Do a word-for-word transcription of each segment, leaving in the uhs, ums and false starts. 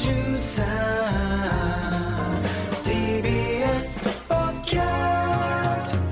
じゅうさん ティービーエス ポッドキャスト。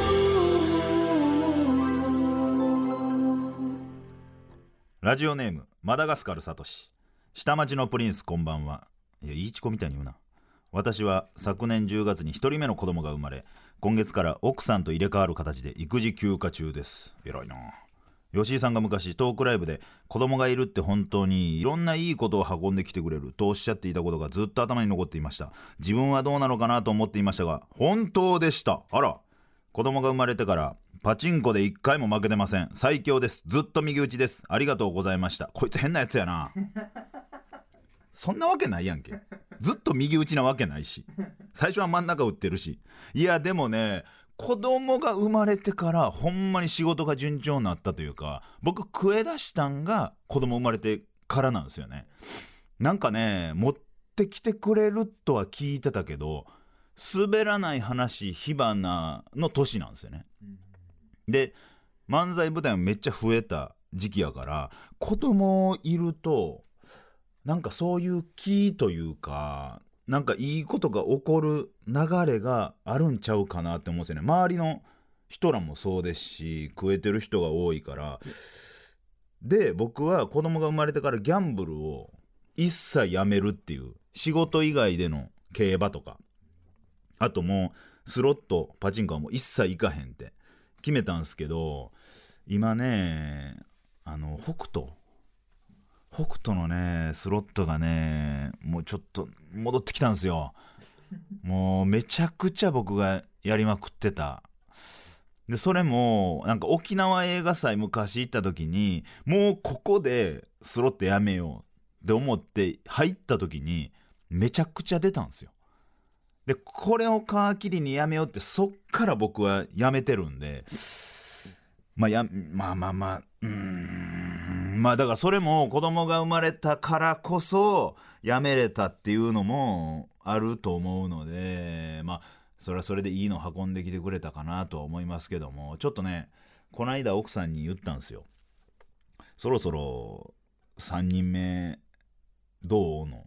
ラジオネームマダガスカルサトシ。下町のプリンスこんばんは。いや、いいチコみたいに言うな。私は昨年じゅうがつにひとりめの子供が生まれ、今月から奥さんと入れ替わる形で育児休暇中です。偉いな。吉井さんが昔トークライブで、子供がいるって本当にいろんないいことを運んできてくれるとおっしゃっていたことがずっと頭に残っていました。自分はどうなのかなと思っていましたが、本当でした。あら、子供が生まれてからパチンコで一回も負けてません。最強です。ずっと右打ちです。ありがとうございました。こいつ変なやつやな。そんなわけないやんけ。ずっと右打ちなわけないし、最初は真ん中打ってるし。いやでもね、子供が生まれてからほんまに仕事が順調になったというか、僕食え出したんが子供生まれてからなんですよね。なんかね、持ってきてくれるとは聞いてたけど、滑らない話火花の年なんですよね。で、漫才舞台もめっちゃ増えた時期やから、子供いるとなんかそういう気というか、なんかいいことが起こる流れがあるんちゃうかなって思うんですよね。周りの人らもそうですし、食えてる人が多いから。で、僕は子供が生まれてからギャンブルを一切やめるっていう、仕事以外での競馬とか、あともうスロットパチンコはもう一切行かへんって決めたんすけど、今ね、あの北斗北斗のねスロットがね、もうちょっと戻ってきたんですよ。もうめちゃくちゃ僕がやりまくってた。でそれもなんか沖縄映画祭昔行った時に、もうここでスロットやめようって思って入った時にめちゃくちゃ出たんですよ。でこれを皮切りにやめようって、そっから僕はやめてるんで、まあやまあまあまあうーんまあだからそれも子供が生まれたからこそやめれたっていうのもあると思うので、まあそれはそれでいいの運んできてくれたかなとは思いますけども、ちょっとね、この間奥さんに言ったんですよ。そろそろさんにんめどうの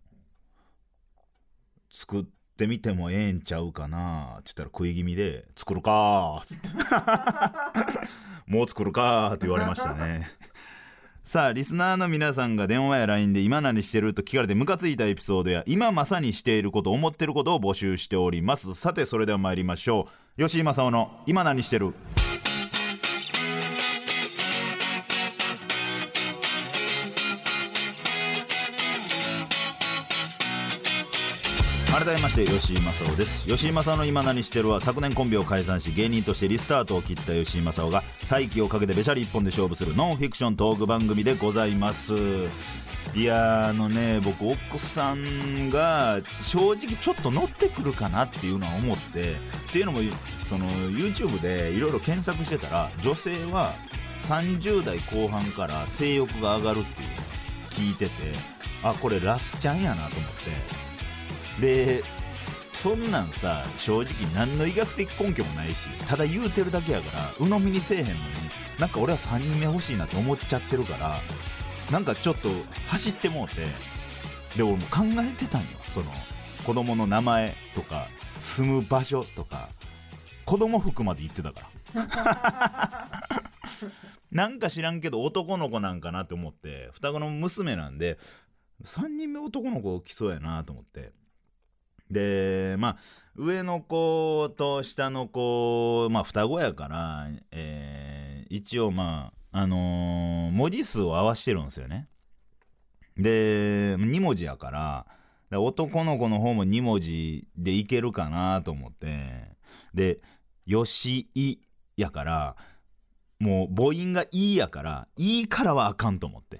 作ってみてもええんちゃうかなって言ったら食い気味で、作るかーっつってもう作るかーって言われましたね。さあリスナーの皆さんが電話や ライン で今何してると聞かれてムカついたエピソードや今まさにしていること、思ってることを募集しております。さてそれでは参りましょう。吉井正夫の今何してる。改めまして吉井正夫です。吉井正夫の今何してるは、昨年コンビを解散し芸人としてリスタートを切った吉井正夫が再起をかけてべしゃり一本で勝負するノンフィクショントーク番組でございます。いやあのね、僕奥さんが正直ちょっと乗ってくるかなっていうのは思って、っていうのもその YouTube でいろいろ検索してたら、女性はさんじゅう代後半から性欲が上がるっていうのを聞いてて、あ、これラスちゃんやなと思って。でそんなんさ、正直何の医学的根拠もないし、ただ言うてるだけやから鵜呑みにせえへんのに、なんか俺はさんにんめ欲しいなって思っちゃってるから、なんかちょっと走ってもうて、で俺も考えてたんよ。その子供の名前とか住む場所とか子供服まで言ってたからなんか知らんけど男の子なんかなって思って、双子の娘なんでさんにんめ男の子来そうやなと思って、でまあ上の子と下の子、まあ双子やから、えー、一応まああのー、文字数を合わしてるんですよね。でに文字やから、男の子の方もに文字でいけるかなと思って、で吉井やからもう母音がいいやから、いいからはあかんと思って、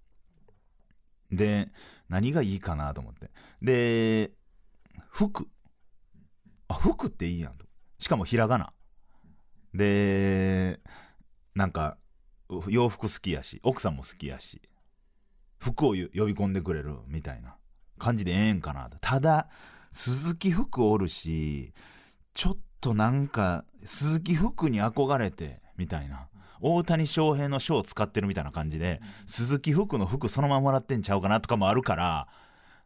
で何がいいかなと思って、で服、あ服っていいやんと、しかもひらがなで、なんか洋服好きやし奥さんも好きやし、服を呼び込んでくれるみたいな感じでええんかなと。ただ鈴木福おるし、ちょっとなんか鈴木福に憧れてみたいな、大谷翔平の賞を使ってるみたいな感じで鈴木福の服そのままもらってんちゃうかなとかもあるから、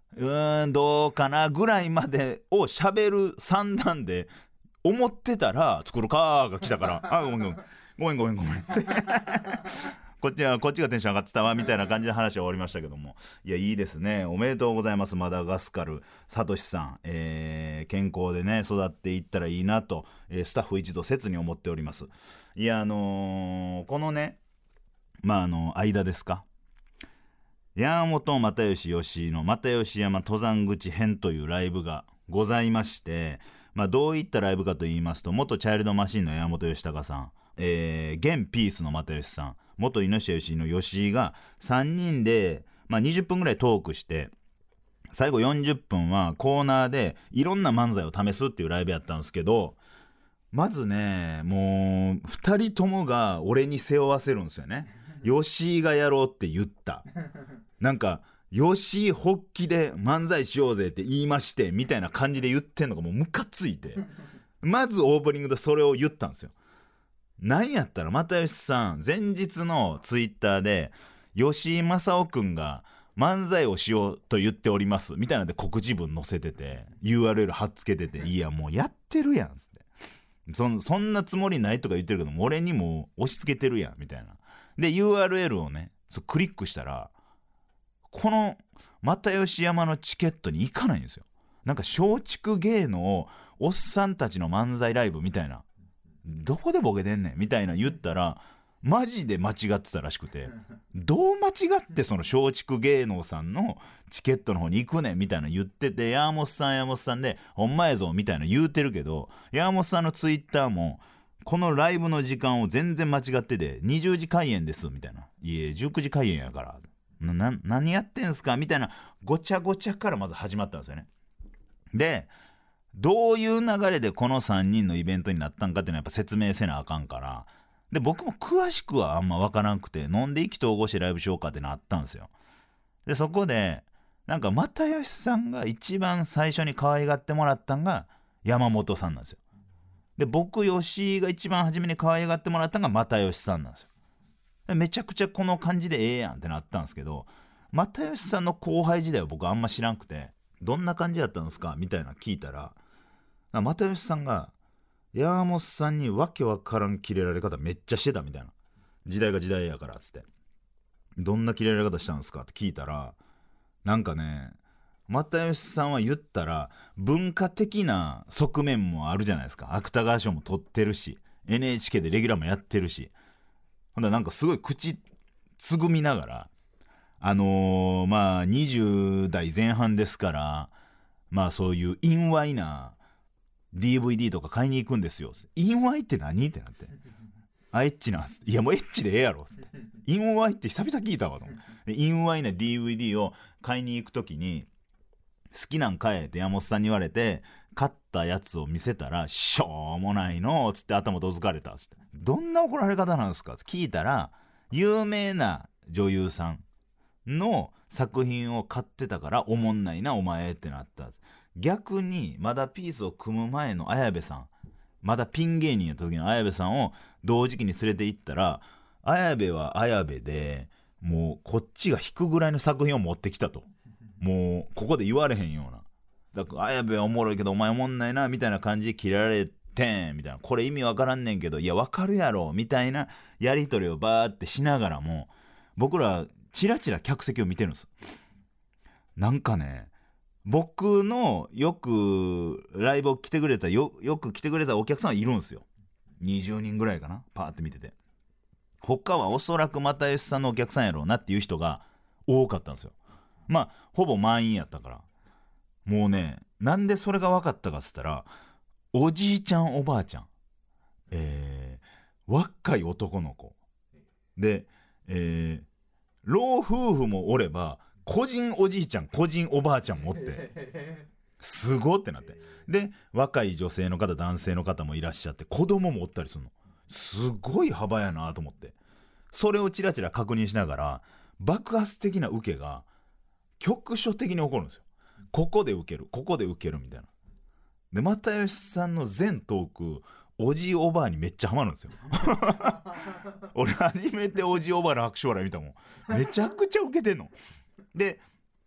うーんどうかなぐらいまでを喋る算段で思ってたら作るかーが来たからあごめんごめんごめんごめんごめんってこっちはこっちがテンション上がってたわみたいな感じで話は終わりましたけども、いやいいですね、おめでとうございます。マダガスカルサトシさん、えー、健康でね育っていったらいいなと、えー、スタッフ一同切に思っております。いやあのー、このねまああの間ですか、山本又吉義の又吉山登山口編というライブがございまして、まあ、どういったライブかと言いますと、元チャイルドマシンの山本義孝さん、えー、現ピースの又吉さん、元イノシシの吉井がさんにんで、まあ、にじゅっぷんぐらいトークして、最後よんじゅっぷんはコーナーでいろんな漫才を試すっていうライブやったんですけど、まずねもうふたりともが俺に背負わせるんですよね。吉井がやろうって言ったなんか吉井発起で漫才しようぜって言いましてみたいな感じで言ってんのがもうムカついて、まずオープニングでそれを言ったんですよ。なんやったら又吉さん前日のツイッターで吉井正夫くんが漫才をしようと言っておりますみたいなので告知文載せてて ユーアールエル 貼っつけてて、いやもうやってるやんっつって、そ, そんなつもりないとか言ってるけども俺にも押し付けてるやんみたいなで ユーアールエル をねそうクリックしたらこの又吉山のチケットに行かないんですよ。なんか松竹芸能おっさんたちの漫才ライブみたいな、どこでボケてんねんみたいな言ったらマジで間違ってたらしくて、どう間違ってその松竹芸能さんのチケットの方に行くねんみたいな言ってて、山本さん山本さんでほんまやぞみたいな言うてるけど、山本さんのツイッターもこのライブの時間を全然間違っててにじゅうじ開演ですみたいな、いえじゅうくじ開演やからなな何やってんすかみたいなごちゃごちゃからまず始まったんですよね。でどういう流れでこのさんにんのイベントになったんかっていうのはやっぱ説明せなあかんから、で僕も詳しくはあんま分からんくて、飲んで意気投合してライブしようかってなったんですよ。でそこでなんか又吉さんが一番最初に可愛がってもらったんが山本さんなんですよ。で僕吉井が一番初めに可愛がってもらったんが又吉さんなんですよ。でめちゃくちゃこの感じでええやんってなったんですけど、又吉さんの後輩時代は僕あんま知らんくて、どんな感じやったんですかみたいな聞いたら、又吉さんが山本さんにわけわからんキレられ方めっちゃしてたみたいな、時代が時代やからっつって、どんなキレられ方したんですかって聞いたら、なんかね又吉さんは言ったら文化的な側面もあるじゃないですか。芥川賞も取ってるし エヌエイチケー でレギュラーもやってるし、ほんだらなんかすごい口つぐみながら、あのー、まあにじゅう代前半ですから、まあそういう陰猥な ディーブイディー とか買いに行くんですよ。陰猥って何ってなって、あエッチなんす、いやもうエッチでええやろっつって、陰猥って久々聞いたわと。陰猥な ディーブイディー を買いに行くときに好きなん買えって山本さんに言われて買ったやつを見せたら、しょうもないのっつって頭どつかれたっつって、どんな怒られ方なんですかって聞いたら、有名な女優さんの作品を買ってたからおもんないなお前ってなった。逆にまだピースを組む前の綾部さん、まだピン芸人やった時の綾部さんを同時期に連れて行ったら、綾部は綾部でもうこっちが引くぐらいの作品を持ってきたと、もうここで言われへんような、だから綾部はおもろいけどお前おもんないなみたいな感じで切られてんみたいな、これ意味わからんねんけどいやわかるやろみたいなやり取りをバーってしながらも、僕らチラチラ客席を見てるんです。なんかね僕のよくライブを来てくれた よ, よく来てくれたお客さんはいるんですよ。にじゅうにんぐらいかな、パーって見てて、他はおそらく又吉さんのお客さんやろうなっていう人が多かったんですよ。まあほぼ満員やったから。もうねなんでそれが分かったかっつったら、おじいちゃんおばあちゃん、えー、若い男の子で、えー、老夫婦もおれば個人おじいちゃん個人おばあちゃんもおってすごってなって、で若い女性の方男性の方もいらっしゃって子供もおったりするの、すごい幅やなと思って、それをチラチラ確認しながら爆発的な受けが局所的に起こるんですよ。ここで受けるここで受けるみたいな。で又吉さんの全トークおじいおばあにめっちゃハマるんですよ俺初めておじいおばあの拍手笑い見たもん、めちゃくちゃ受けてんので、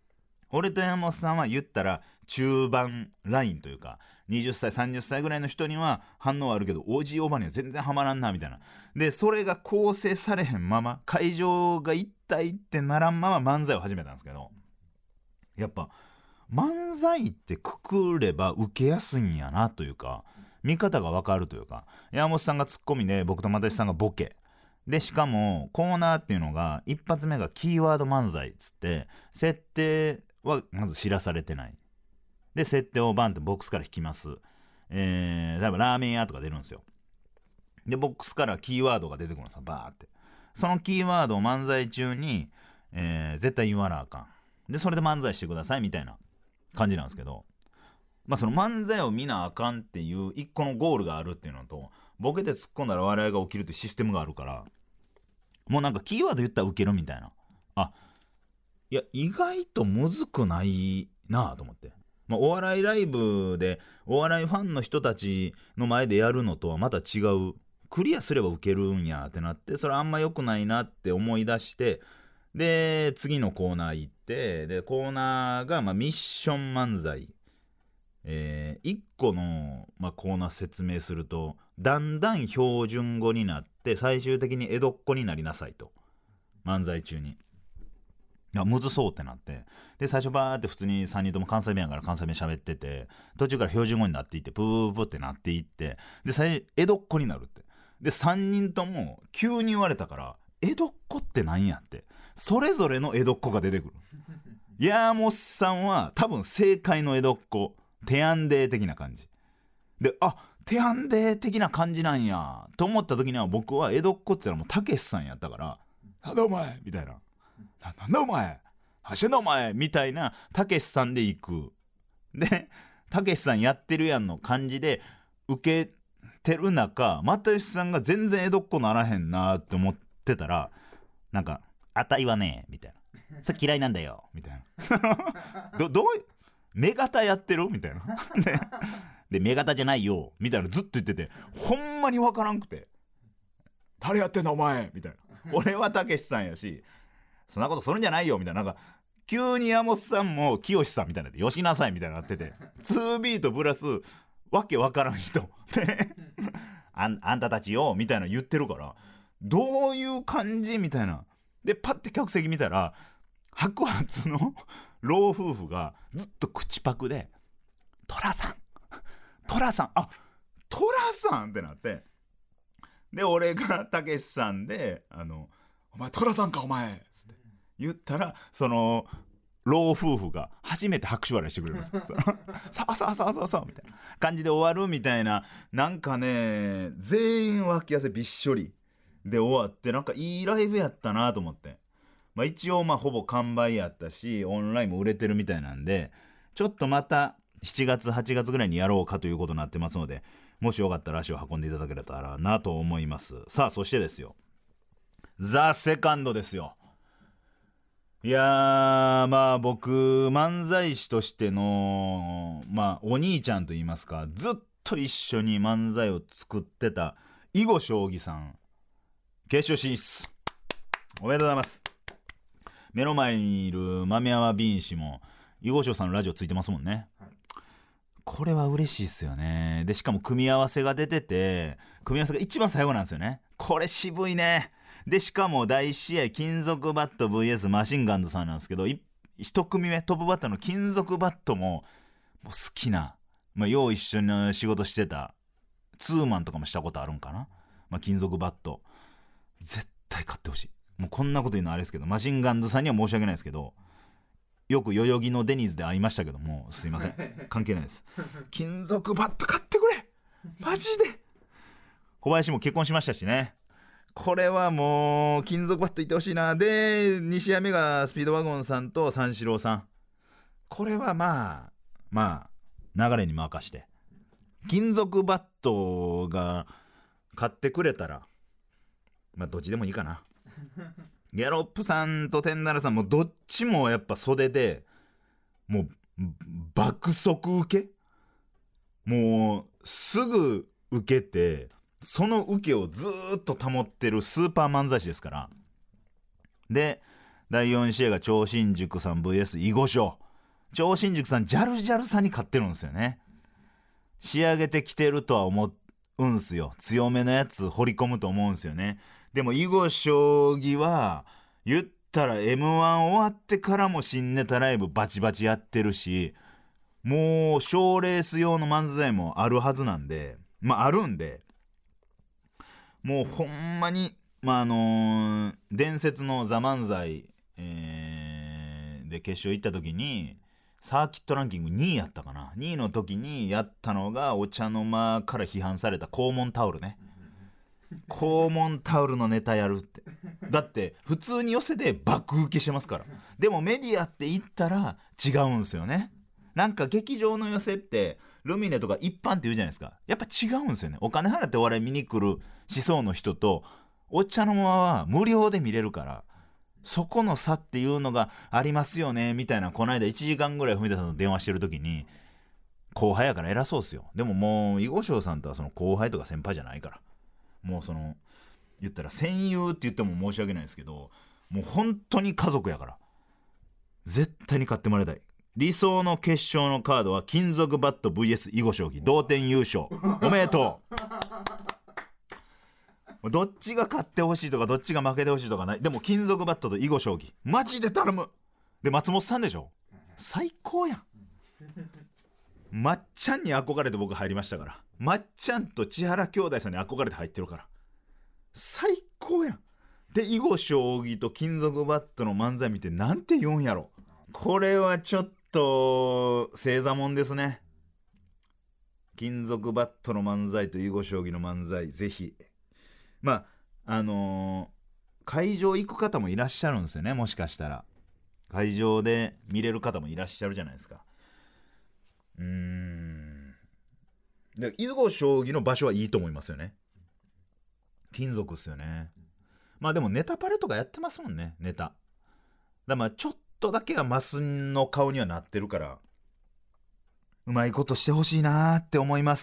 俺と山本さんは言ったら中盤ラインというか、にじゅっさいさんじゅっさいぐらいの人には反応あるけど、おじいおばには全然ハマらんなみたいな。でそれが構成されへんまま、会場が一体ってならんまま漫才を始めたんですけど、やっぱ漫才ってくくれば受けやすいんやなというか、見方が分かるというか、山本さんがツッコミで僕と又吉さんがボケで、しかもコーナーっていうのが一発目がキーワード漫才っつって、設定はまず知らされてない。で設定をバンってボックスから引きます。えー、例えばラーメン屋とか出るんですよ。でボックスからキーワードが出てくるんですよ、バーって。そのキーワードを漫才中に、えー、絶対言わなあかん。でそれで漫才してくださいみたいな感じなんですけど、まあその漫才を見なあかんっていう一個のゴールがあるっていうのと、ボケて突っ込んだら笑いが起きるってシステムがあるから、もうなんかキーワード言ったらウケるみたいな。あ、いや意外とむずくないなあと思って、まあ、お笑いライブでお笑いファンの人たちの前でやるのとはまた違う、クリアすればウケるんやってなって、それあんま良くないなって思い出して、で次のコーナー行って、でコーナーがまあミッション漫才、えー、いっこの、まあ、コーナー説明すると、だんだん標準語になって最終的に江戸っ子になりなさいと、漫才中に。いやむずそうってなって、で最初バーって普通にさんにんとも関西弁やから関西弁喋ってて、途中から標準語になっていって、プープーってなっていって、で最江戸っ子になるって。でさんにんとも急に言われたから、江戸っ子ってなんやって、それぞれの江戸っ子が出てくる。山本さんは多分正解の江戸っ子、テアンデー的な感じで、あテアンデー的な感じなんやと思った時には、僕は江戸っ子って言ったらもうたけしさんやったから、なんだお前みたいな、な, なんだお前走んだお前みたいなたけしさんで行く。でたけしさんやってるやんの感じで受けてる中、又吉さんが全然江戸っ子ならへんなって思ってたら、なんかあたいはねみたいな、それ嫌いなんだよみたいなど, どういう目型やってるみたいなで, で目型じゃないよみたいなずっと言ってて、ほんまに分からんくて、誰やってんだお前みたいな、俺はたけしさんやしそんなことするんじゃないよみたいな、なんか急に山本さんも清さんみたいなでよしなさいみたいになってて、にビートプラスわけわからん人であ, んあんたたちよみたいな言ってるから、どういう感じみたいな。でパッて客席見たら、白髪の老夫婦がずっと口パクで、トラさんトラさんあトラさんってなって、で俺がたけしさんで、あのお前トラさんかお前つって言ったら、その老夫婦が初めて拍手笑いしてくれるんですよさあさあさあさあさあみたいな感じで終わるみたいな、なんかね全員脇汗びっしょりで終わって、なんかいいライブやったなと思って、まあ、一応まあほぼ完売やったしオンラインも売れてるみたいなんで、ちょっとまたしちがつはちがつぐらいにやろうかということになってますので、もしよかったら足を運んでいただけたらなと思います。さあそしてですよ、ザ・セカンドですよ。いやーまあ僕漫才師としてのまあお兄ちゃんと言いますか、ずっと一緒に漫才を作ってた囲碁将棋さん決勝進出おめでとうございます。目の前にいる豆山敏氏も囲碁将さんのラジオついてますもんね、はい、これは嬉しいっすよね。でしかも組み合わせが出てて、組み合わせが一番最後なんですよね。これ渋いね。でしかもだいいち試合金属バット ブイエス マシンガンズさんなんですけど、一組目トップバッターの金属バットももう好きな、まあ、よう一緒に仕事してたツーマンとかもしたことあるんかな、まあ、金属バット絶対買ってほしい。もうこんなこと言うのはあれですけど、マシンガンズさんには申し訳ないですけど、よく代々木のデニーズで会いましたけども、すいません関係ないです。金属バット買ってくれマジで。小林も結婚しましたしね。これはもう金属バットいってほしいな。でに試合目がスピードワゴンさんと三四郎さん、これはまあまあ流れに任して、金属バットが買ってくれたらまあどっちでもいいかな。ギャロップさんとテンダラさんもどっちもやっぱ袖でもう爆速受け、もうすぐ受けて、その受けをずーっと保ってるスーパー漫才師ですから。でだいよん試合が超新塾さん ブイエス 囲碁将、 超新塾さんジャルジャルさんに勝ってるんですよね。仕上げてきてるとは思うんすよ。強めのやつ掘り込むと思うんすよね。でも囲碁将棋は言ったら エムワン 終わってからも新ネタライブバチバチやってるし、もう賞レース用の漫才もあるはずなんで、まああるんで、もうほんまにまああのー、伝説のザ漫才、えー、で決勝行った時にサーキットランキングにいやったかな、にいの時にやったのがお茶の間から批判された肛門タオルね。肛門タオルのネタやるって、だって普通に寄せで爆受けしてますから。でもメディアって言ったら違うんすよね。なんか劇場の寄せってルミネとか一般って言うじゃないですか。やっぱ違うんですよね。お金払ってお笑い見に来る思想の人とお茶の間は無料で見れるから、そこの差っていうのがありますよねみたいな。この間いちじかんぐらい文田さんと電話してる時に、後輩やから偉そうっすよ。でももう囲碁将さんとはその後輩とか先輩じゃないから、もうその言ったら戦友って言っても申し訳ないですけど、もう本当に家族やから絶対に勝ってもらいたい。理想の決勝のカードは金属バット ブイエス 囲碁将棋同点優勝おめでとう。どっちが勝ってほしいとかどっちが負けてほしいとかない。でも金属バットと囲碁将棋マジで頼む。で松本さんでしょ、最高やん。まっちゃんに憧れて僕入りましたから、まっちゃんと千原兄弟さんに憧れて入ってるから最高やん。で囲碁将棋と金属バットの漫才見てなんて言うんやろ。これはちょっと星座もんですね。金属バットの漫才と囲碁将棋の漫才、ぜひまああのー、会場行く方もいらっしゃるんですよね。もしかしたら会場で見れる方もいらっしゃるじゃないですか。うーんで囲碁将棋の場所はいいと思いますよね。金属っすよね。まあでもネタパレとかやってますもんね、ネタだ。まあちょっとだけはマスの顔にはなってるから、うまいことしてほしいなって思います。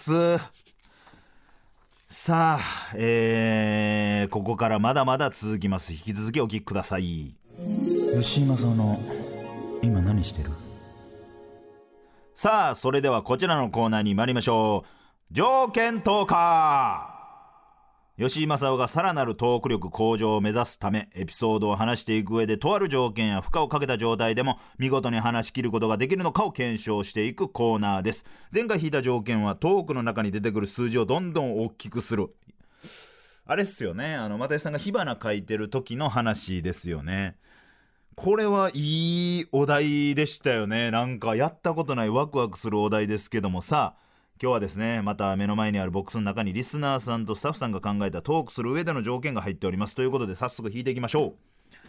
さあ、えー、ここからまだまだ続きます。引き続きお聞きください。吉井正夫の今何してる？さあ、それではこちらのコーナーに参りましょう。条件トーカー。吉井正夫がさらなるトーク力向上を目指すため、エピソードを話していく上でとある条件や負荷をかけた状態でも見事に話し切ることができるのかを検証していくコーナーです。前回引いた条件はトークの中に出てくる数字をどんどん大きくする。あれっすよね、あの又吉さんが火花書いてる時の話ですよね。これはいいお題でしたよね。なんかやったことないワクワクするお題ですけども、さあ今日はですね、また目の前にあるボックスの中にリスナーさんとスタッフさんが考えたトークする上での条件が入っておりますということで、早速引いていきましょう。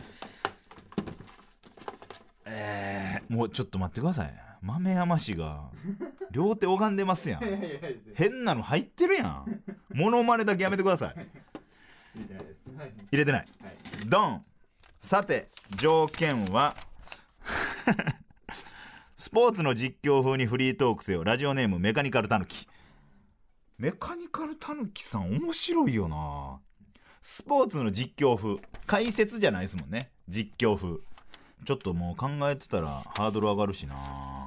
えー、もうちょっと待ってください。豆山氏が両手拝んでますやん。変なの入ってるやん。モノマネだけやめてください。入れてない、はい、ドン。さて条件はスポーツの実況風にフリートークせよ。ラジオネームメカニカルタヌキ。メカニカルタヌキさん面白いよな。スポーツの実況風、解説じゃないですもんね、実況風。ちょっともう考えてたらハードル上がるしな。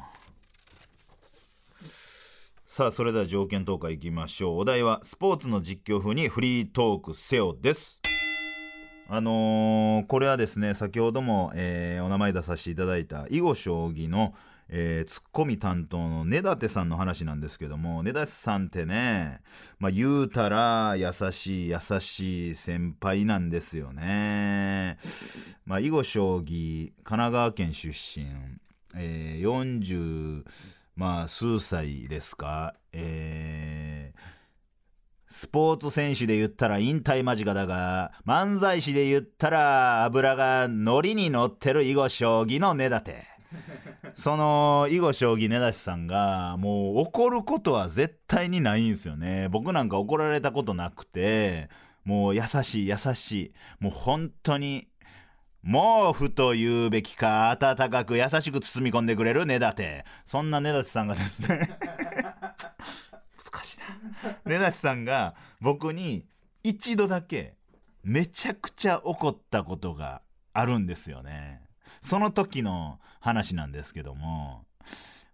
さあそれでは条件トーカーいきましょう。お題はスポーツの実況風にフリートークせよです。あのー、これはですね、先ほども、えー、お名前出させていただいた囲碁将棋の、えー、ツッコミ担当の根立さんの話なんですけども、根立さんってね、まあ、言うたら優しい優しい先輩なんですよね。まあ、囲碁将棋神奈川県出身、えー、よんじゅう、まあ、数歳ですか。えースポーツ選手で言ったら引退間近だが、漫才師で言ったら油がノリに乗ってる囲碁将棋の根立。その囲碁将棋根立さんがもう怒ることは絶対にないんですよね。僕なんか怒られたことなくて、もう優しい優しい、もう本当に毛布と言うべきか温かく優しく包み込んでくれる根立。そんな根立さんがですね難しいな。根立さんが僕に一度だけめちゃくちゃ怒ったことがあるんですよね。その時の話なんですけども、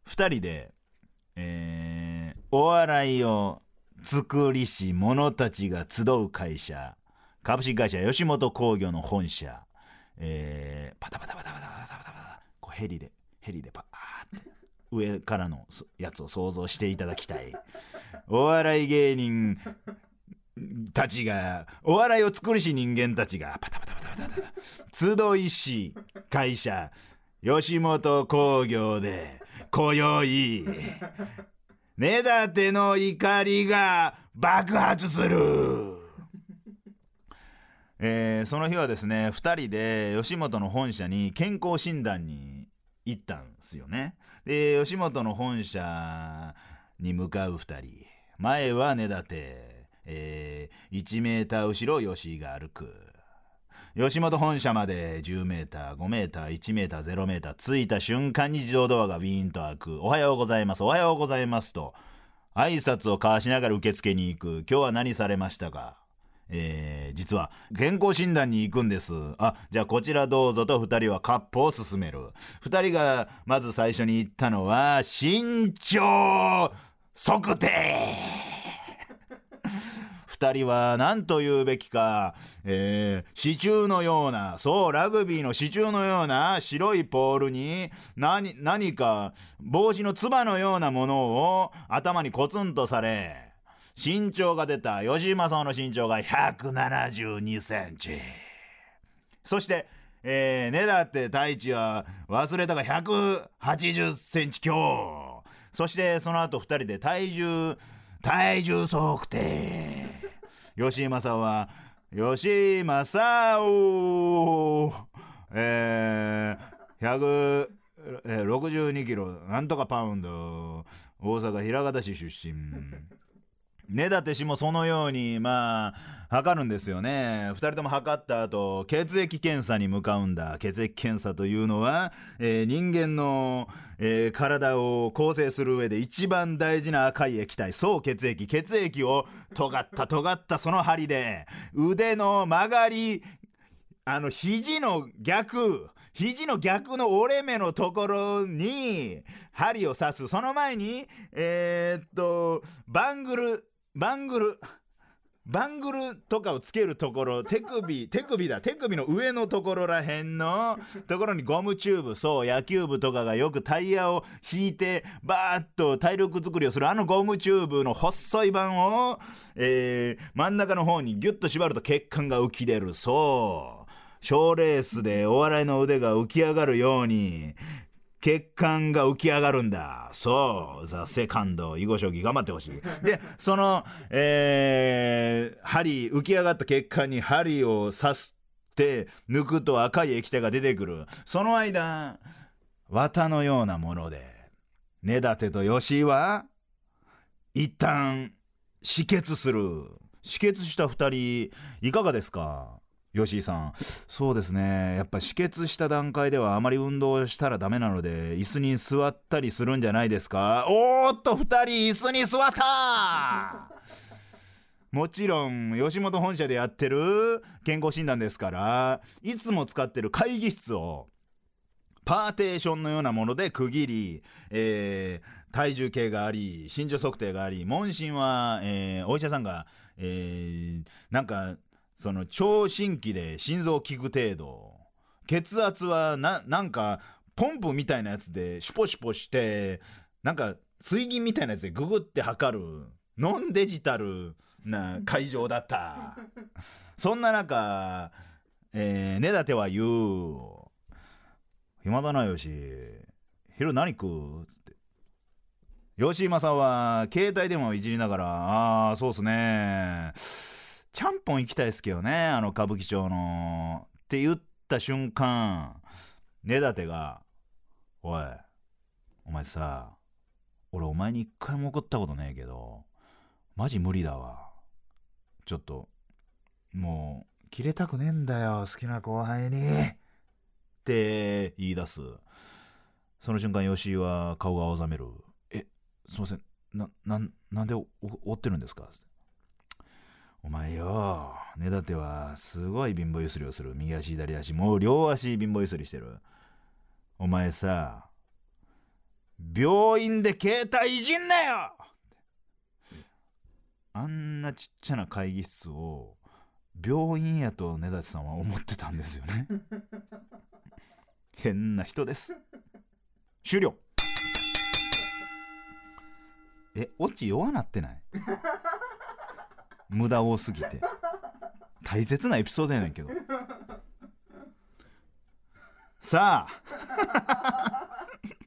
ふたりで、えー、お笑いを作りし者たちが集う会社、株式会社吉本興業の本社、えー、パタパタパタパタパタパタパタ、こうヘリでヘリでパーって上からのやつを想像していただきたい。お笑い芸人たちが、お笑いを作りし人間たちがパタパタパタパタパタ集いし会社吉本興業で今宵根建の怒りが爆発する。えー、その日はですね、ふたりで吉本の本社に健康診断に行ったんですよね。で、吉本の本社に向かうふたり、前は根建、えー、いちメーター後ろ吉井が歩く。吉本本社までじゅうメーター、ごメーター、いちメーター、ゼロメーター、着いた瞬間に自動ドアがウィーンと開く。おはようございます、おはようございますと挨拶を交わしながら受付に行く。今日は何されましたか。えー、実は健康診断に行くんです。あ、じゃあこちらどうぞとふたりは割歩を進める。ふたりがまず最初に行ったのは身長測定。ふたりは何と言うべきか、えー、支柱のような、そうラグビーの支柱のような白いポールに 何, 何か帽子のつばのようなものを頭にコツンとされ、身長が出た。吉井正夫の身長がひゃくななじゅうにセンチ。そして、えー、根建太一は忘れたがひゃくはちじゅっセンチ強。そしてその後ふたりで体重体重測定。吉井正夫は吉井正夫、えー、ひゃくろくじゅうにキロなんとかパウンド、大阪枚方市出身。根建氏もそのようにまあ測るんですよね。ふたりとも測った後、血液検査に向かうんだ。血液検査というのは、えー、人間の、えー、体を構成する上で一番大事な赤い液体、そう血液。血液を尖った尖ったその針で腕の曲がり、あの肘の逆肘の逆の折れ目のところに針を刺す。その前にえー、っとバングルバングルバングルとかをつけるところ、手首手首だ手首の上のところらへんのところにゴムチューブ、そう野球部とかがよくタイヤを引いてバーッと体力作りをするあのゴムチューブの細い板を、えー、真ん中の方にギュッと縛ると血管が浮き出る。そう賞レースでお笑いの腕が浮き上がるように血管が浮き上がるんだ。そうザ・セカンド囲碁将棋頑張ってほしい。でその、えー、針浮き上がった血管に針を刺して抜くと赤い液体が出てくる。その間綿のようなもので根建と吉井は一旦止血する。止血したふたりいかがですか吉井さん。そうですね、やっぱ止血した段階ではあまり運動したらダメなので椅子に座ったりするんじゃないですか。おーっとふたり椅子に座った。もちろん吉本本社でやってる健康診断ですから、いつも使ってる会議室をパーテーションのようなもので区切り、えー、体重計があり身長測定があり、問診は、えー、お医者さんが、えー、なんかその聴診器で心臓を聞く程度、血圧は な, なんかポンプみたいなやつでシュポシュポして、なんか水銀みたいなやつでググって測るノンデジタルな会場だった。そんな中、えー、根建は言う。暇だなよし、昼何食うって吉井正夫は携帯電話をいじりながら、あーそうっすね、ちゃんぽん行きたいですけどね、あの歌舞伎町のって言った瞬間、根建がおいお前さ、俺お前に一回も怒ったことねえけどマジ無理だわ、ちょっともうキレたくねえんだよ好きな後輩にって言い出す。その瞬間吉井は顔が青ざめる。えすいません、な、な、なんでお追ってるんですか。お前よ、根建はすごい貧乏ゆすりをする。右足左足もう両足貧乏ゆすりしてる。お前さ病院で携帯いじんなよ。あんなちっちゃな会議室を病院やと根立さんは思ってたんですよね。変な人です。終了。え、オチ弱なってない？無駄多すぎて大切なエピソードやねんけど。さあ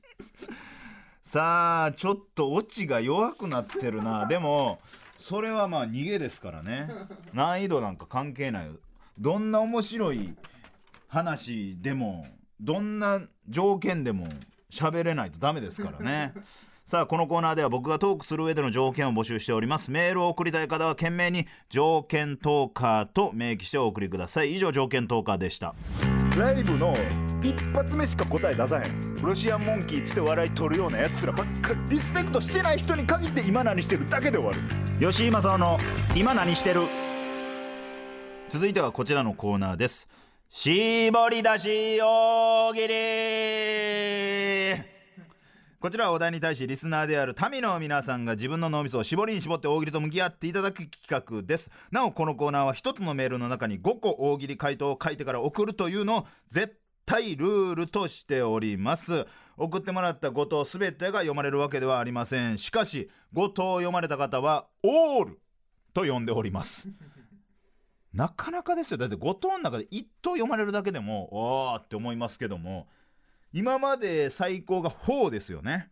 さあちょっとオチが弱くなってるな。でもそれはまあ逃げですからね。難易度なんか関係ない。どんな面白い話でもどんな条件でも喋れないとダメですからね。さあこのコーナーでは僕がトークする上での条件を募集しております。メールを送りたい方は懸命に条件トーカーと明記してお送りください。以上条件トーカーでした。ライブの一発目しか答え出さへんロシアンモンキーっつって笑い取るようなやつらばっかり、リスペクトしてない人に限って今何してるだけで終わる。吉井正夫の今何してる。続いてはこちらのコーナーです。絞り出し大喜利。こちらはお題に対しリスナーである民の皆さんが自分の脳みそを絞りに絞って大喜利と向き合っていただく企画です。なおこのコーナーは一つのメールの中にごこ大喜利回答を書いてから送るというのを絶対ルールとしております。送ってもらったご答すべてが読まれるわけではありません。しかしご答読まれた方はオールと呼んでおります。なかなかですよ。だってご答の中でいち答読まれるだけでもおーって思いますけども、今まで最高がよんですよね。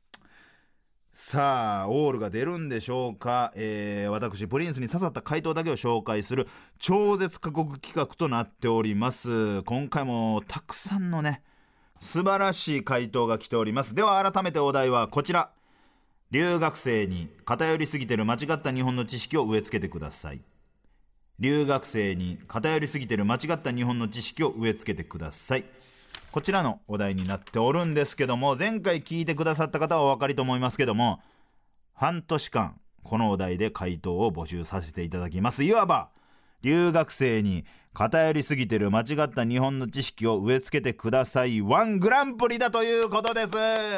さあオールが出るんでしょうか。えー、私プリンスに刺さった回答だけを紹介する超絶過酷企画となっております。今回もたくさんのね素晴らしい回答が来ております。では改めてお題はこちら。留学生に偏りすぎてる間違った日本の知識を植え付けてください。留学生に偏りすぎてる間違った日本の知識を植え付けてください。こちらのお題になっておるんですけども、前回聞いてくださった方はお分かりと思いますけども、半年間このお題で回答を募集させていただきます。いわば留学生に偏りすぎてる間違った日本の知識を植え付けてくださいワングランプリだということです。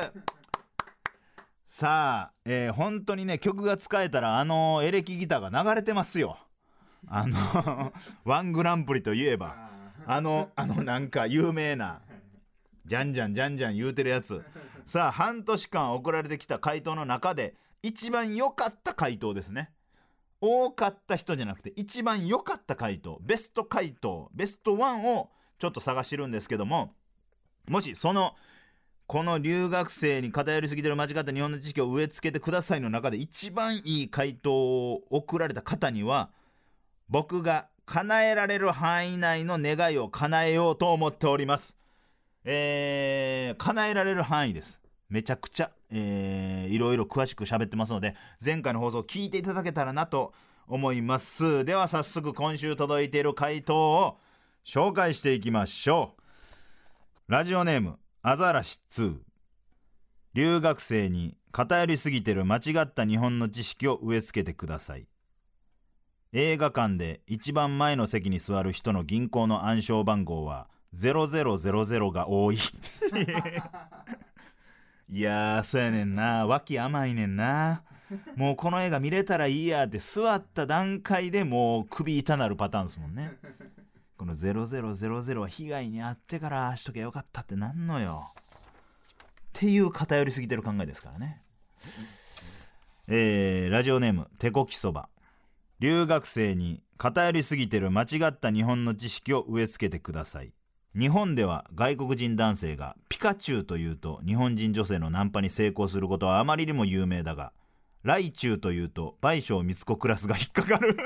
さあ、えー、本当にね曲が使えたらあのエレキギターが流れてますよ。あのワングランプリといえばあのあのなんか有名なじゃんじゃんじゃんじゃん言うてるやつ。さあ半年間送られてきた回答の中で一番良かった回答ですね。多かった人じゃなくて一番良かった回答、ベスト回答、ベストワンをちょっと探してるんですけども、もしそのこの留学生に偏りすぎてる間違った日本の知識を植え付けてくださいの中で一番いい回答を送られた方には僕が叶えられる範囲内の願いを叶えようと思っております。えー、叶えられる範囲です。めちゃくちゃ、えー、いろいろ詳しく喋ってますので前回の放送を聞いていただけたらなと思います。では早速今週届いている回答を紹介していきましょう。ラジオネームアザラシに。留学生に偏りすぎてる間違った日本の知識を植え付けてください。映画館で一番前の席に座る人の銀行の暗証番号はゼロゼロゼロゼロが多い。いやーそうやねんな、脇甘いねんな。もうこの映画見れたらいいやって座った段階でもう首痛なるパターンですもんね。このゼロゼロゼロゼロは被害に遭ってからしときゃよかったってなんのよっていう偏りすぎてる考えですからね。えー、ラジオネーム手こきそば。留学生に偏りすぎてる間違った日本の知識を植え付けてください。日本では外国人男性がピカチュウというと日本人女性のナンパに成功することはあまりにも有名だが、ライチュウというと倍賞美津子クラスが引っかかる。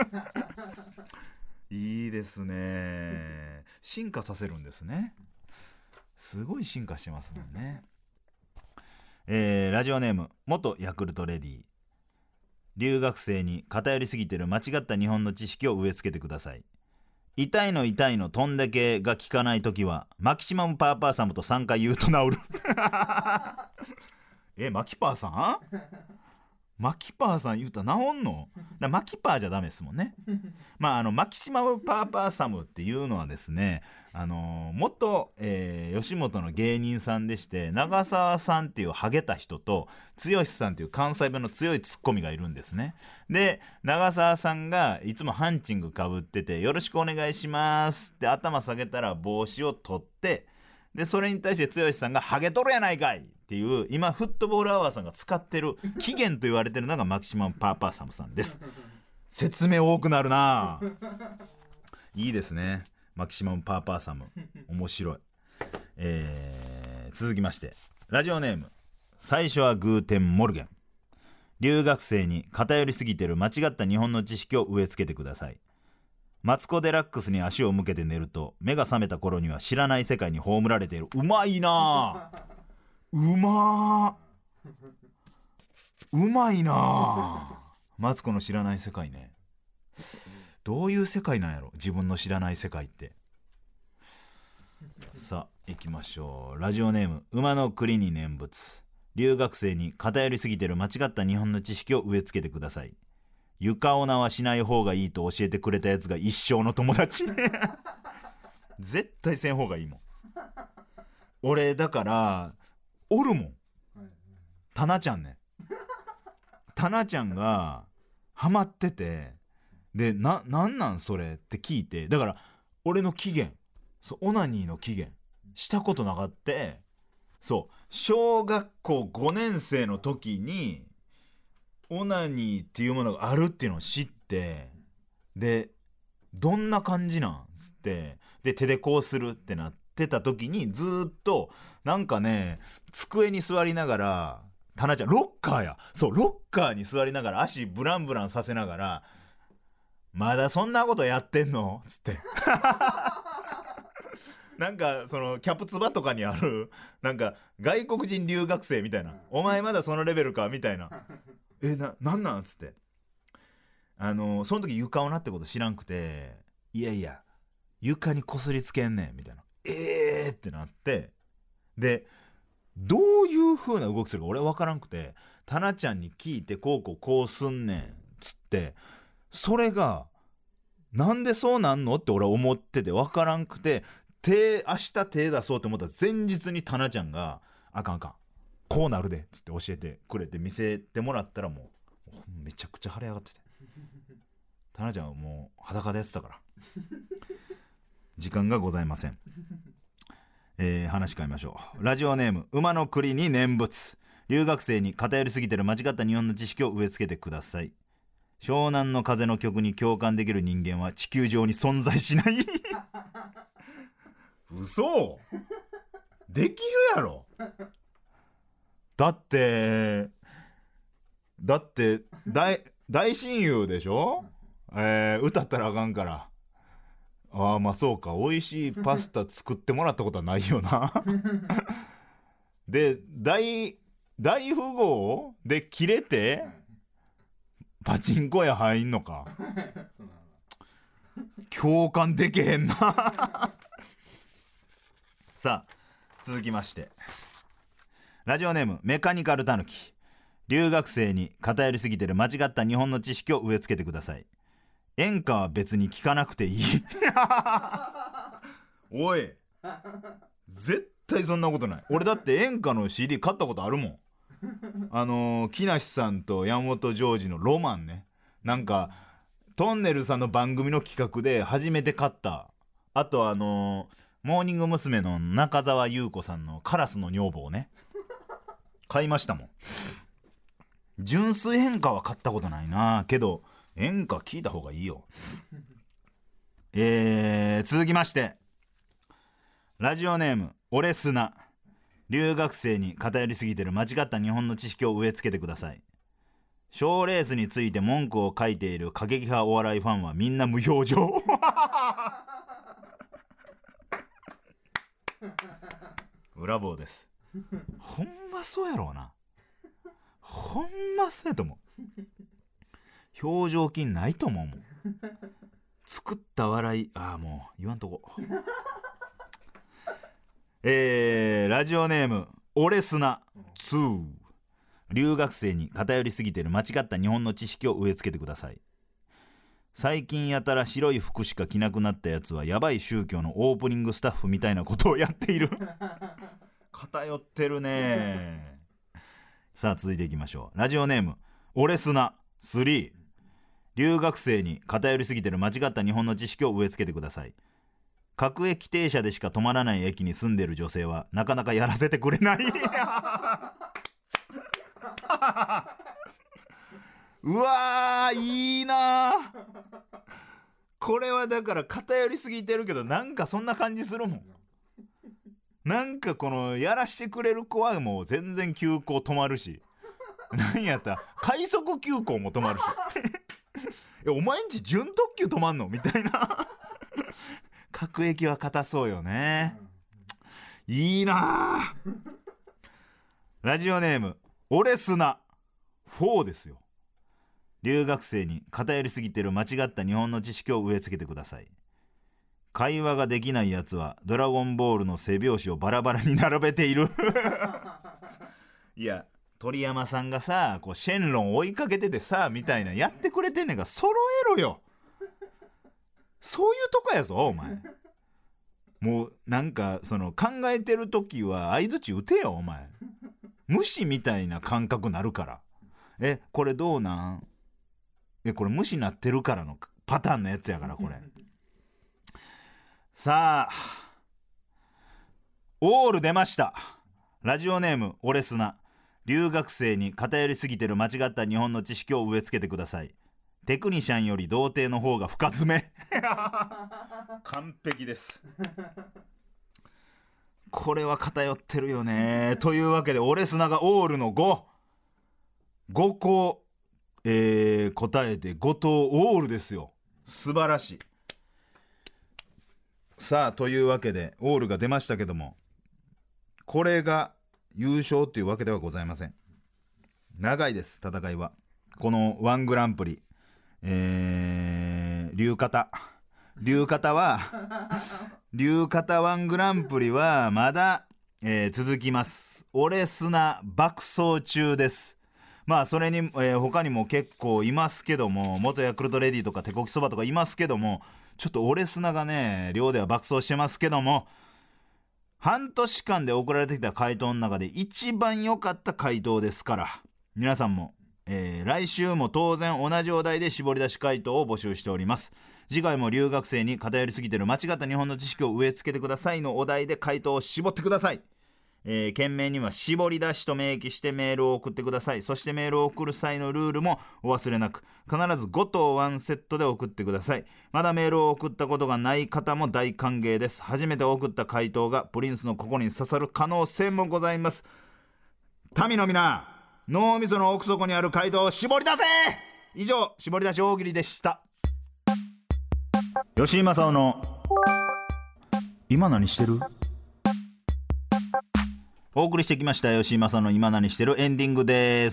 いいですね。進化させるんですね。すごい進化してますもんね。えー、ラジオネーム元ヤクルトレディ。留学生に偏りすぎてる間違った日本の知識を植え付けてください。痛いの痛いの飛んだけが効かないときはマキシマムパーパーサムとさんかい言うと治る。えマキパーさんマキパーさん言うたら治んの？だマキパーじゃダメですもんね。まああのマキシマムパーパーサムっていうのはですね、あのー、元、えー、吉本の芸人さんでして、長澤さんっていうハゲた人と剛さんっていう関西弁の強いツッコミがいるんですね。で長澤さんがいつもハンチングかぶってて、よろしくお願いしますって頭下げたら帽子を取って、でそれに対して剛さんがハゲとるやないかいっていう、今フットボールアワーさんが使ってる起源と言われてるのがマキシマムパーパーサムさんです。説明多くなるないいですね、マキシマムパーパーサム面白い。えー、続きまして、ラジオネーム最初はグーテンモルゲン。留学生に偏りすぎてる間違った日本の知識を植え付けてください。マツコ・デラックスに足を向けて寝ると目が覚めた頃には知らない世界に葬られている。うまいなうまうまいなマツコの知らない世界ね。どういう世界なんやろ、自分の知らない世界って。さあ行きましょう。ラジオネーム馬の栗に念仏。留学生に偏りすぎてる間違った日本の知識を植え付けてください。床オナはしない方がいいと教えてくれたやつが一生の友達絶対せん方がいいもん。俺だからおるもん、タナちゃんね。タナちゃんがハマってて、でな、なんなんそれって聞いて、だから俺の起源、そうオナニーの起源したことなかった。そう小学校ごねん生の時にオナニーっていうものがあるっていうのを知って、でどんな感じなんつって、で手でこうするってなってた時に、ずっとなんかね机に座りながら、タナちゃんロッカーや、そうロッカーに座りながら足ブランブランさせながら、まだそんなことやってんのつってなんかそのキャプツバとかにあるなんか外国人留学生みたいな、お前まだそのレベルかみたいな、えななんなんつって、あのその時床をなってこと知らんくて、いやいや床にこすりつけんねんみたいな、えーってなって、でどういう風な動きするか俺は分からんくて、タナちゃんに聞いてこうこうこうすんねんつって、それがなんでそうなんのって俺は思ってて分からんくて、手明日手出そうと思ったら前日にタナちゃんがあかんあかんこうなるでっつって教えてくれて見せてもらったら、もうめちゃくちゃ腫れ上がってて、タナちゃんはもう裸でやってたから時間がございません。えー、話変えましょう。ラジオネーム馬の栗に念仏。留学生に偏りすぎてる間違った日本の知識を植え付けてください。湘南の風の曲に共感できる人間は地球上に存在しない嘘できるやろ。だってだって大大親友でしょ、えー、歌ったらあかんから。ああまあそうか、美味しいパスタ作ってもらったことはないよなで大大富豪で切れてパチンコ屋入んのか共感できへんなさあ続きまして、ラジオネームメカニカルタヌキ。留学生に偏りすぎてる間違った日本の知識を植え付けてください。演歌は別に聞かなくていいおい絶対そんなことない。俺だって演歌の シーディー 買ったことあるもん。あのー、木梨さんと山本譲二のロマンね、なんかトンネルさんの番組の企画で初めて買った。あとあのー、モーニング娘。の中澤優子さんのカラスの女房ね買いましたもん。純粋演歌は買ったことないな、けど演歌聞いた方がいいよえー、続きまして、ラジオネーム俺砂。留学生に偏りすぎてる間違った日本の知識を植え付けてください。賞レースについて文句を書いている過激派お笑いファンはみんな無表情ブラボーです。ほんまそうやろうな、ほんまそうやと思う。表情筋ないと思うもん。作った笑い、ああもう言わんとこえー、ラジオネーム俺砂に。 留学生に偏りすぎている間違った日本の知識を植え付けてください。最近やたら白い服しか着なくなったやつはやばい宗教のオープニングスタッフみたいなことをやっている偏ってるね。さあ続いていきましょう。ラジオネームオレスナスリー。留学生に偏りすぎている間違った日本の知識を植え付けてください。各駅停車でしか止まらない駅に住んでいる女性はなかなかやらせてくれないうわーいいな。これはだから偏りすぎてるけどなんかそんな感じするもん。なんかこのやらしてくれる子はもう全然急行止まるし、なんやったら快速急行も止まるしえお前んち準特急止まんのみたいな各駅は硬そうよね。いいな。ラジオネームオレスナフォーですよ。留学生に偏りすぎてる間違った日本の知識を植え付けてください。会話ができないやつはドラゴンボールの背拍子をバラバラに並べているいや鳥山さんがさこうシェンロン追いかけててさみたいなやってくれてんねんから揃えろよ。そういうとこやぞお前。もうなんかその考えてる時は相槌打てよお前。無視みたいな感覚なるから。えこれどうなん。えこれ無視なってるからのパターンのやつやからこれさあオール出ました。ラジオネームオレスナ。留学生に偏りすぎてる間違った日本の知識を植え付けてください。テクニシャンより童貞の方が深爪完璧です。これは偏ってるよね。というわけでオレスナがオールのご ご個、えー、答えてご答オールですよ。素晴らしい。さあというわけでオールが出ましたけども、これが優勝というわけではございません。長いです戦いは。このワングランプリ、えー、竜方竜方は竜方ワングランプリはまだ、えー、続きます。オレスナ爆走中です。まあそれに、えー、他にも結構いますけども、元ヤクルトレディとか手こきそばとかいますけども、ちょっとオレスナがね寮では爆走してますけども、半年間で送られてきた回答の中で一番良かった回答ですから、皆さんも、えー、来週も当然同じお題で絞り出し回答を募集しております。次回も留学生に偏りすぎてる間違った日本の知識を植え付けてくださいのお題で回答を絞ってください。えー、件名には絞り出しと明記してメールを送ってください。そしてメールを送る際のルールもお忘れなく、必ずご答ワンセットで送ってください。まだメールを送ったことがない方も大歓迎です。初めて送った回答がプリンスの心に刺さる可能性もございます。民の皆、脳みその奥底にある回答を絞り出せ。以上、絞り出し大喜利でした。吉井正夫の今何してる？お送りしてきました吉井正夫の今何してるエンディングです。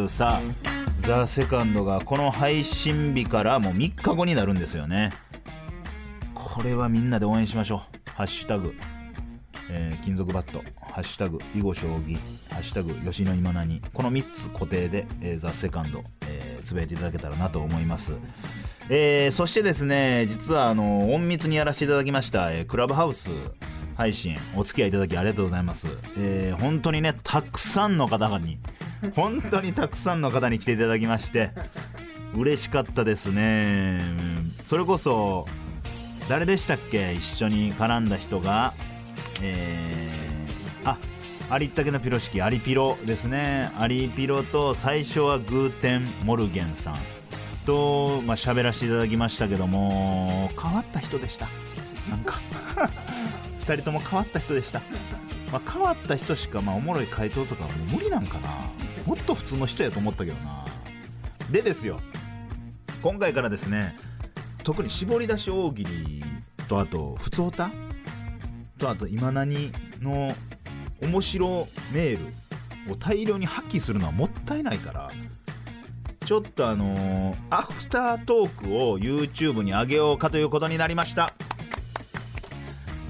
さあザ・セカンドがこの配信日からもうみっかごになるんですよね。これはみんなで応援しましょう。ハッシュタグ、えー、金属バット、ハッシュタグ囲碁将棋、ハッシュタグ吉井の今何、このみっつ固定で、えー、ザ・セカンド、えー、つぶやいていただけたらなと思います。えー、そしてですね、実はあの隠密にやらせていただきました、えー、クラブハウス配信お付き合いいただきありがとうございます。えー、本当にねたくさんの方に本当にたくさんの方に来ていただきまして嬉しかったですね。それこそ誰でしたっけ、一緒に絡んだ人が、えー、あアリッタケのピロ式アリピロですね。アリピロと最初はグーテンモルゲンさんと、まあ、喋らせていただきましたけども、変わった人でした。なんかふたりとも変わった人でした。まあ、変わった人しか、まあ、おもろい回答とかもう無理なんかな。もっと普通の人やと思ったけどな。でですよ、今回からですね、特に絞り出し大喜利と、あとふつおたと、あと今何の面白メールを大量に発揮するのはもったいないから、ちょっとあのー、アフタートークを YouTube に上げようかということになりました。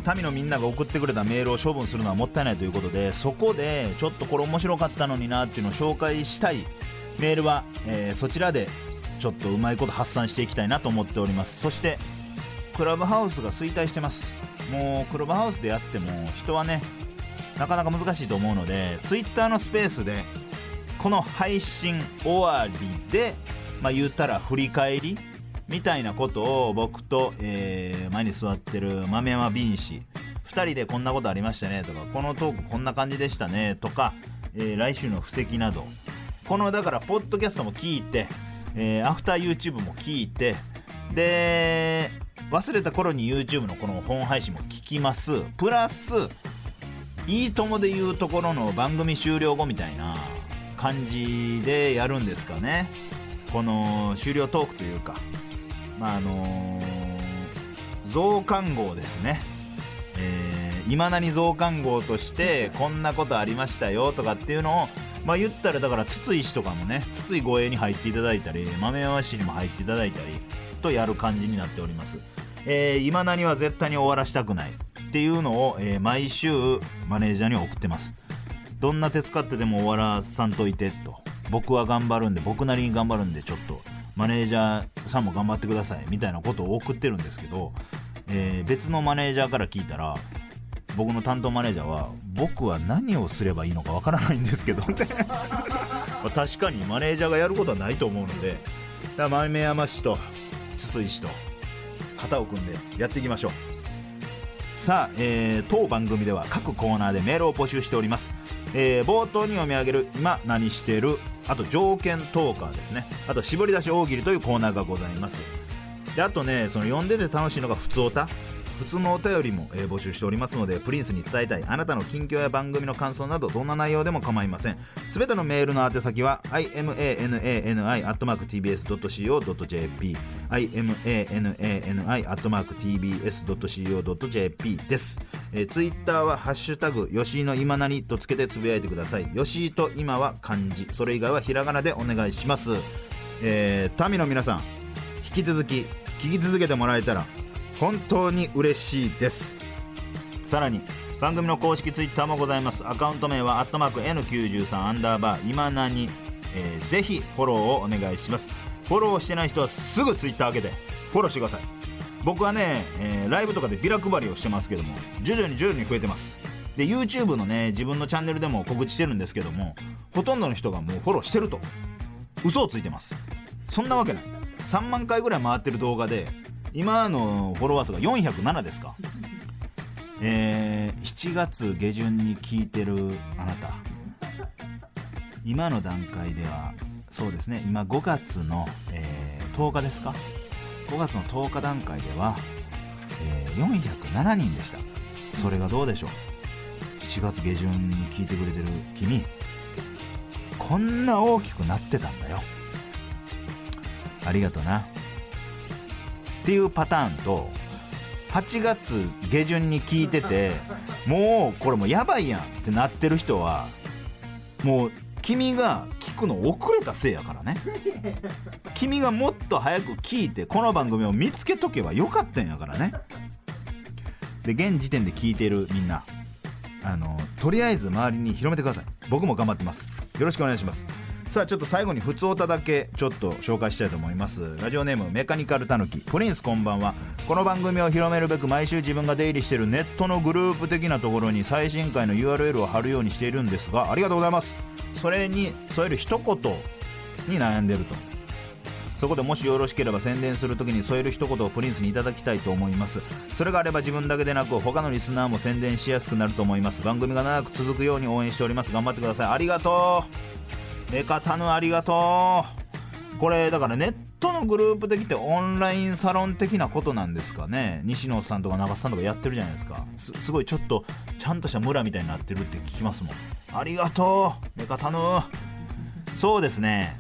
民のみんなが送ってくれたメールを処分するのはもったいないということで、そこでちょっとこれ面白かったのになっていうのを紹介したいメールは、えー、そちらでちょっとうまいこと発散していきたいなと思っております。そしてクラブハウスが衰退してます。もうクラブハウスでやっても人はねなかなか難しいと思うので、ツイッターのスペースでこの配信終わりで、まあ、言ったら振り返りみたいなことを僕と、えー、前に座ってる豆山瓶子ふたりでこんなことありましたねとか、このトークこんな感じでしたねとか、えー、来週の布石など、このだからポッドキャストも聞いて、えー、アフター YouTube も聞いて、で忘れた頃に YouTube のこの本配信も聞きます。プラスいいともで言うところの番組終了後みたいな感じでやるんですかね。この終了トークというか、まああのー、増刊号ですね。えー、今何増刊号としてこんなことありましたよとかっていうのを、まあ言ったらだから筒井氏とかもね、筒井護衛に入っていただいたり、豆山氏にも入っていただいたりとやる感じになっております。えー、今何は絶対に終わらしたくないっていうのを、えー、毎週マネージャーに送ってます。どんな手使ってでも終わらさんといてと、僕は頑張るんで、僕なりに頑張るんで、ちょっとマネージャーさんも頑張ってくださいみたいなことを送ってるんですけど、えー、別のマネージャーから聞いたら、僕の担当マネージャーは僕は何をすればいいのかわからないんですけどって確かにマネージャーがやることはないと思うので、だから豆山氏と筒井氏と肩を組んでやっていきましょう。さあ、えー、当番組では各コーナーでメールを募集しております。えー、冒頭に読み上げる今何してる、あと条件トーカーですね、あと絞り出し大喜利というコーナーがございます。であとね、その読んでて楽しいのがふつおた、普通のお便りも、えー、募集しておりますので、プリンスに伝えたいあなたの近況や番組の感想などどんな内容でも構いません。すべてのメールの宛先は イマナニ アットマーク ティービーエス ドット シーオー ドット ジェーピー イマナニ アットマーク ティービーエス ドット シーオー ドット ジェーピー です。えー、ツイッターはハッシュタグ吉井の今なにとつけてつぶやいてください。吉井と今は漢字、それ以外はひらがなでお願いします。えー、民の皆さん、引き続き聞き続けてもらえたら本当に嬉しいです。さらに番組の公式ツイッターもございます。アカウント名はアットマーク エヌきゅうじゅうさん アンダーバー今なに、えー、ぜひフォローをお願いします。フォローしてない人はすぐツイッター開けてフォローしてください。僕はね、えー、ライブとかでビラ配りをしてますけども、徐々に徐々に増えてます。で YouTube のね自分のチャンネルでも告知してるんですけども、ほとんどの人がもうフォローしてると嘘をついてます。そんなわけない。さんまんかいぐらい回ってる動画で今のフォロワー数がよんひゃくななですか。えー、しちがつ下旬に聞いてるあなた、今の段階ではそうですね、今ごがつの、えー、とおかですか、ごがつのとおか段階では、えー、よんひゃくななにんでした。それがどうでしょう、しちがつ下旬に聞いてくれてる君、こんな大きくなってたんだよ、ありがとなっていうパターンと、はちがつ下旬に聞いててもうこれもうやばいやんってなってる人は、もう君が聞くの遅れたせいやからね君がもっと早く聞いてこの番組を見つけとけばよかったんやからね。で現時点で聞いてるみんな、あのとりあえず周りに広めてください。僕も頑張ってます。よろしくお願いします。さあちょっと最後にふつおただけちょっと紹介したいと思います。ラジオネームメカニカルタヌキ。プリンスこんばんは。この番組を広めるべく毎週自分が出入りしているネットのグループ的なところに最新回の ユーアールエル を貼るようにしているんですが、ありがとうございます。それに添える一言に悩んでると。そこでもしよろしければ宣伝するときに添える一言をプリンスにいただきたいと思います。それがあれば自分だけでなく他のリスナーも宣伝しやすくなると思います。番組が長く続くように応援しております。頑張ってください。ありがとうメカタヌ、ありがとう。これだからネットのグループ的ってオンラインサロン的なことなんですかね。西野さんとか長瀬さんとかやってるじゃないですか。 す, すごいちょっとちゃんとした村みたいになってるって聞きますもん。ありがとうメカタヌ。そうですね、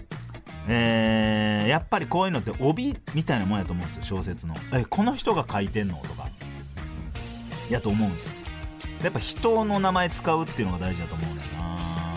えー、やっぱりこういうのって帯みたいなもんやと思うんですよ。小説のえこの人が書いてんのとかやと思うんですよ。やっぱ人の名前使うっていうのが大事だと思うんだよな。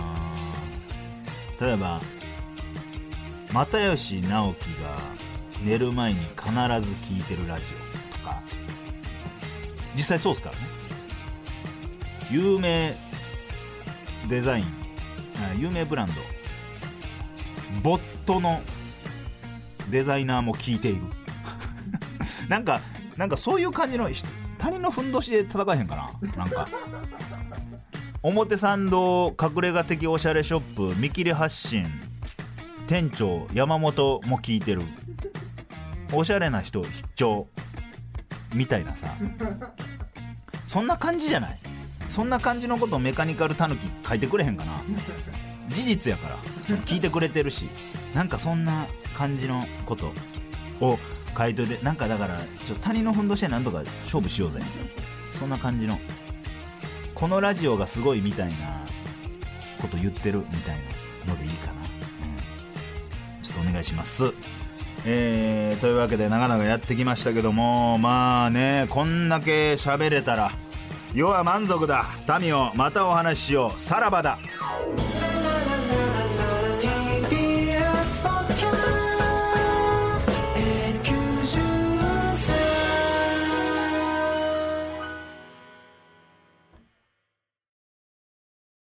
例えば又吉直樹が寝る前に必ず聞いてるラジオとか、 実際そうですからね。有名デザイン、有名ブランドボットのデザイナーも聞いているなんかなんかそういう感じの他人のふんどしで戦えへんかな。なんか表参道隠れ家的おしゃれショップ見切り発信店長山本も聞いてる。おしゃれな人必聴みたいなさ、そんな感じじゃない？そんな感じのことをメカニカルたぬき書いてくれへんかな。事実やから聞いてくれてるし、なんかそんな感じのことを書いといて、なんかだからちょっと他人のふんどしでなんとか勝負しようぜ、そんな感じの、このラジオがすごいみたいなこと言ってるみたいなのでいいかな、うん、ちょっとお願いします。えー、というわけで長々やってきましたけども、まあね、こんだけ喋れたら世は満足だ。民をまたお話ししよう。さらばだ。